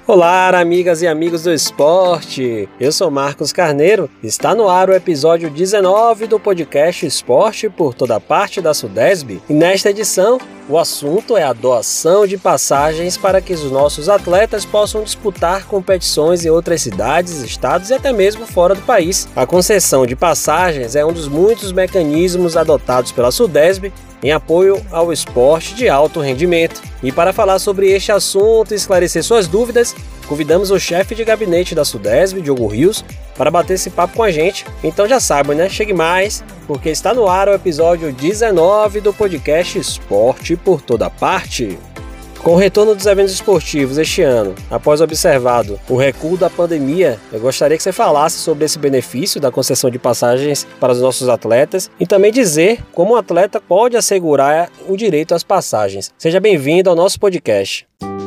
Olá, amigas e amigos do esporte! Eu sou Marcos Carneiro, está no ar o episódio 19 do podcast Esporte por Toda Parte da Sudesb. E nesta edição, o assunto é a doação de passagens para que os nossos atletas possam disputar competições em outras cidades, estados e até mesmo fora do país. A concessão de passagens é um dos muitos mecanismos adotados pela Sudesb em apoio ao esporte de alto rendimento. E para falar sobre este assunto e esclarecer suas dúvidas, convidamos o chefe de gabinete da Sudesb, Diogo Rios, para bater esse papo com a gente. Então já sabem, né? Chegue mais, porque está no ar o episódio 19 do podcast Esporte por Toda Parte. Com o retorno dos eventos esportivos este ano, após observado o recuo da pandemia, eu gostaria que você falasse sobre esse benefício da concessão de passagens para os nossos atletas e também dizer como o atleta pode assegurar o direito às passagens. Seja bem-vindo ao nosso podcast.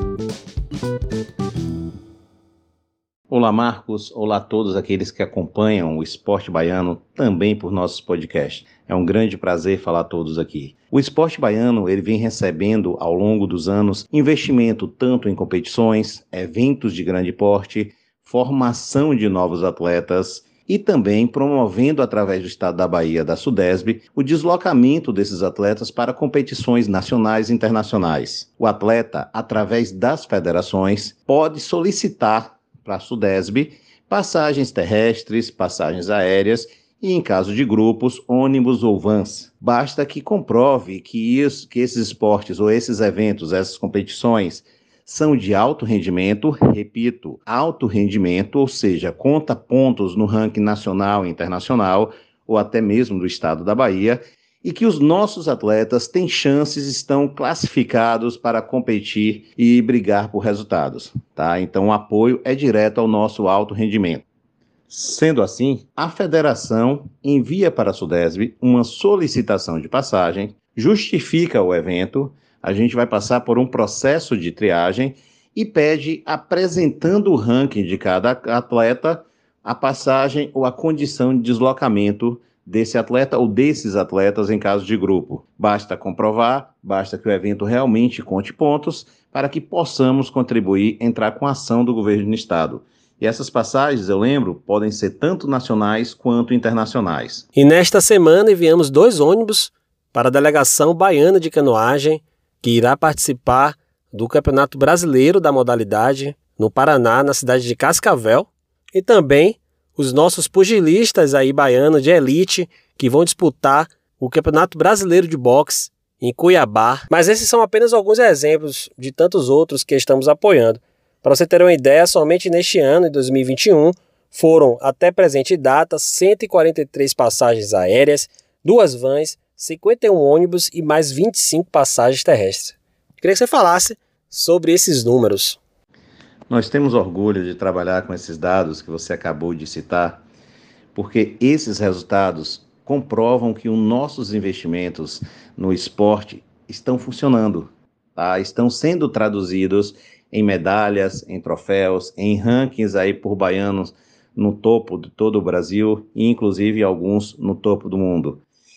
Olá, Marcos. Olá a todos aqueles que acompanham o esporte baiano também por nossos podcasts. É um grande prazer falar a todos aqui. O esporte baiano ele vem recebendo ao longo dos anos investimento tanto em competições, eventos de grande porte, formação de novos atletas e também promovendo através do estado da Bahia, da Sudesb, o deslocamento desses atletas para competições nacionais e internacionais. O atleta, através das federações, pode solicitar para a Sudesb passagens terrestres, passagens aéreas e, em caso de grupos, ônibus ou vans. Basta que comprove que esses esportes ou esses eventos, essas competições, são de alto rendimento, repito, alto rendimento, ou seja, conta pontos no ranking nacional e internacional, ou até mesmo do estado da Bahia, e que os nossos atletas têm chances, estão classificados para competir e brigar por resultados, tá? Então o apoio é direto ao nosso alto rendimento. Sendo assim, a federação envia para a Sudesb uma solicitação de passagem, justifica o evento, a gente vai passar por um processo de triagem e pede, apresentando o ranking de cada atleta, a passagem ou a condição de deslocamento desse atleta ou desses atletas em caso de grupo. Basta comprovar, basta que o evento realmente conte pontos para que possamos contribuir, entrar com a ação do governo do estado. E essas passagens, eu lembro, podem ser tanto nacionais quanto internacionais. E nesta semana enviamos 2 ônibus para a delegação baiana de canoagem, que irá participar do Campeonato Brasileiro da modalidade no Paraná, na cidade de Cascavel, e também os nossos pugilistas aí baianos de elite que vão disputar o Campeonato Brasileiro de Boxe em Cuiabá. Mas esses são apenas alguns exemplos de tantos outros que estamos apoiando. Para você ter uma ideia, somente neste ano, em 2021, foram, até presente data, 143 passagens aéreas, 2 vans, 51 ônibus e mais 25 passagens terrestres. Queria que você falasse sobre esses números. Nós temos orgulho de trabalhar com esses dados que você acabou de citar, porque esses resultados comprovam que os nossos investimentos no esporte estão funcionando, tá? Estão sendo traduzidos em medalhas, em troféus, em rankings aí por baianos no topo de todo o Brasil e inclusive alguns no topo do mundo.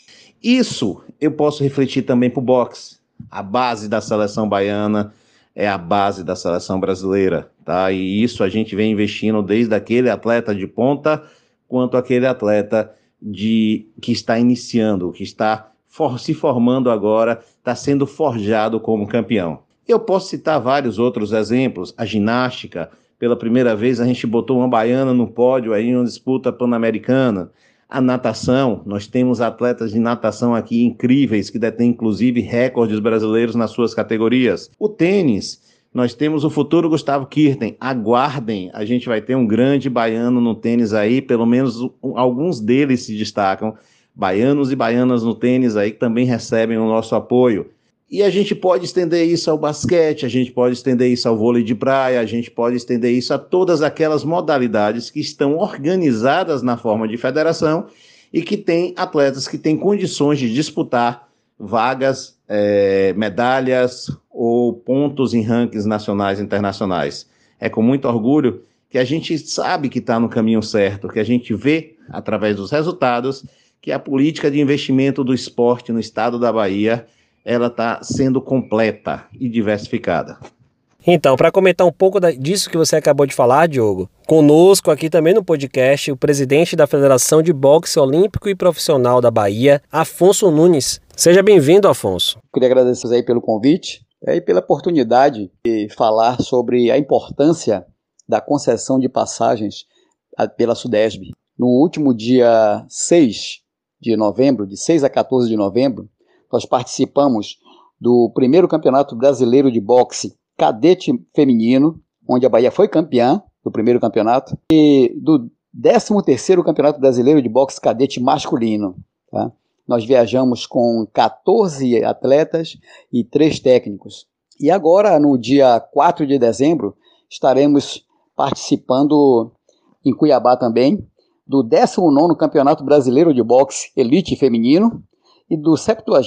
Isso eu posso refletir também para o boxe. A base da seleção baiana é a base da seleção brasileira, tá? E isso a gente vem investindo desde aquele atleta de ponta quanto aquele atleta que está iniciando, que está se formando agora, está sendo forjado como campeão. Eu posso citar vários outros exemplos. A ginástica, pela primeira vez a gente botou uma baiana no pódio aí em uma disputa pan-americana. A natação, nós temos atletas de natação aqui incríveis, que detêm inclusive recordes brasileiros nas suas categorias. O tênis, nós temos o futuro Gustavo Kirten. Aguardem, a gente vai ter um grande baiano no tênis aí, pelo menos alguns deles se destacam. Baianos e baianas no tênis aí que também recebem o nosso apoio. E a gente pode estender isso ao basquete, a gente pode estender isso ao vôlei de praia, a gente pode estender isso a todas aquelas modalidades que estão organizadas na forma de federação e que têm atletas que têm condições de disputar vagas, medalhas ou pontos em rankings nacionais e internacionais. É com muito orgulho que a gente sabe que está no caminho certo, que a gente vê, através dos resultados, que a política de investimento do esporte no estado da Bahia ela está sendo completa e diversificada. Então, para comentar um pouco disso que você acabou de falar, Diogo, conosco aqui também no podcast, o presidente da Federação de Boxe Olímpico e Profissional da Bahia, Afonso Nunes. Seja bem-vindo, Afonso. Queria agradecer aí pelo convite e pela oportunidade de falar sobre a importância da concessão de passagens pela SUDESB. No último dia 6 de novembro, de 6 a 14 de novembro, nós participamos do primeiro Campeonato Brasileiro de Boxe Cadete Feminino, onde a Bahia foi campeã do primeiro campeonato, e do 13º Campeonato Brasileiro de Boxe Cadete Masculino. Tá? Nós viajamos com 14 atletas e 3 técnicos. E agora, no dia 4 de dezembro, estaremos participando em Cuiabá também, do 19º Campeonato Brasileiro de Boxe Elite Feminino e do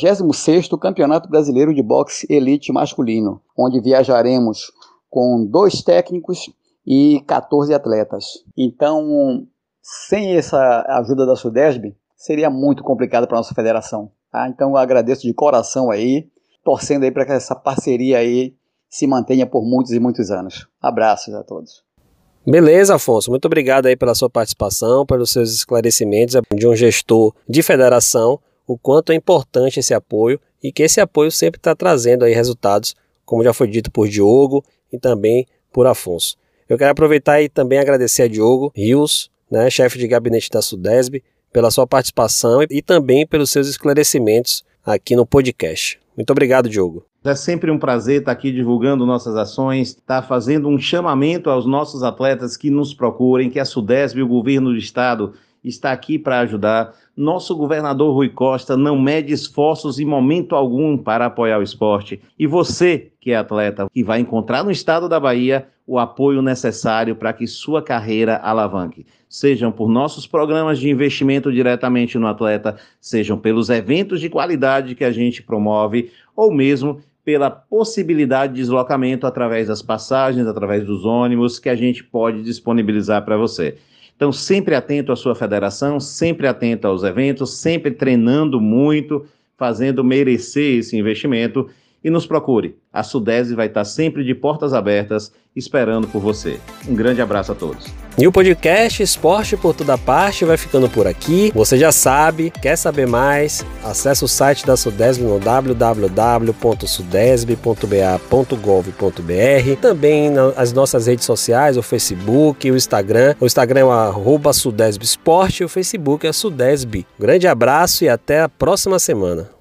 76º Campeonato Brasileiro de Boxe Elite Masculino, onde viajaremos com 2 técnicos e 14 atletas. Então, sem essa ajuda da SUDESB, seria muito complicado para a nossa federação. Tá? Então, eu agradeço de coração aí, torcendo aí para que essa parceria aí se mantenha por muitos e muitos anos. Abraços a todos. Beleza, Afonso. Muito obrigado aí pela sua participação, pelos seus esclarecimentos de um gestor de federação, o quanto é importante esse apoio e que esse apoio sempre está trazendo aí resultados, como já foi dito por Diogo e também por Afonso. Eu quero aproveitar e também agradecer a Diogo Rios, chefe de gabinete da SUDESB, pela sua participação e também pelos seus esclarecimentos aqui no podcast. Muito obrigado, Diogo. É sempre um prazer estar aqui divulgando nossas ações, estar fazendo um chamamento aos nossos atletas que nos procurem, que a SUDESB e o governo do estado está aqui para ajudar. Nosso governador Rui Costa não mede esforços em momento algum para apoiar o esporte. E você, que é atleta, que vai encontrar no estado da Bahia o apoio necessário para que sua carreira alavanque. Sejam por nossos programas de investimento diretamente no atleta, sejam pelos eventos de qualidade que a gente promove, ou mesmo pela possibilidade de deslocamento através das passagens, através dos ônibus que a gente pode disponibilizar para você. Então, sempre atento à sua federação, sempre atento aos eventos, sempre treinando muito, fazendo merecer esse investimento. E nos procure. A SUDESB vai estar sempre de portas abertas, esperando por você. Um grande abraço a todos. E o podcast Esporte por Toda Parte vai ficando por aqui. Você já sabe, quer saber mais? Acesse o site da SUDESB no www.sudesb.ba.gov.br. Também nas nossas redes sociais, o Facebook, o Instagram. O Instagram é o @SUDESB Esporte e o Facebook é SUDESB. Grande abraço e até a próxima semana.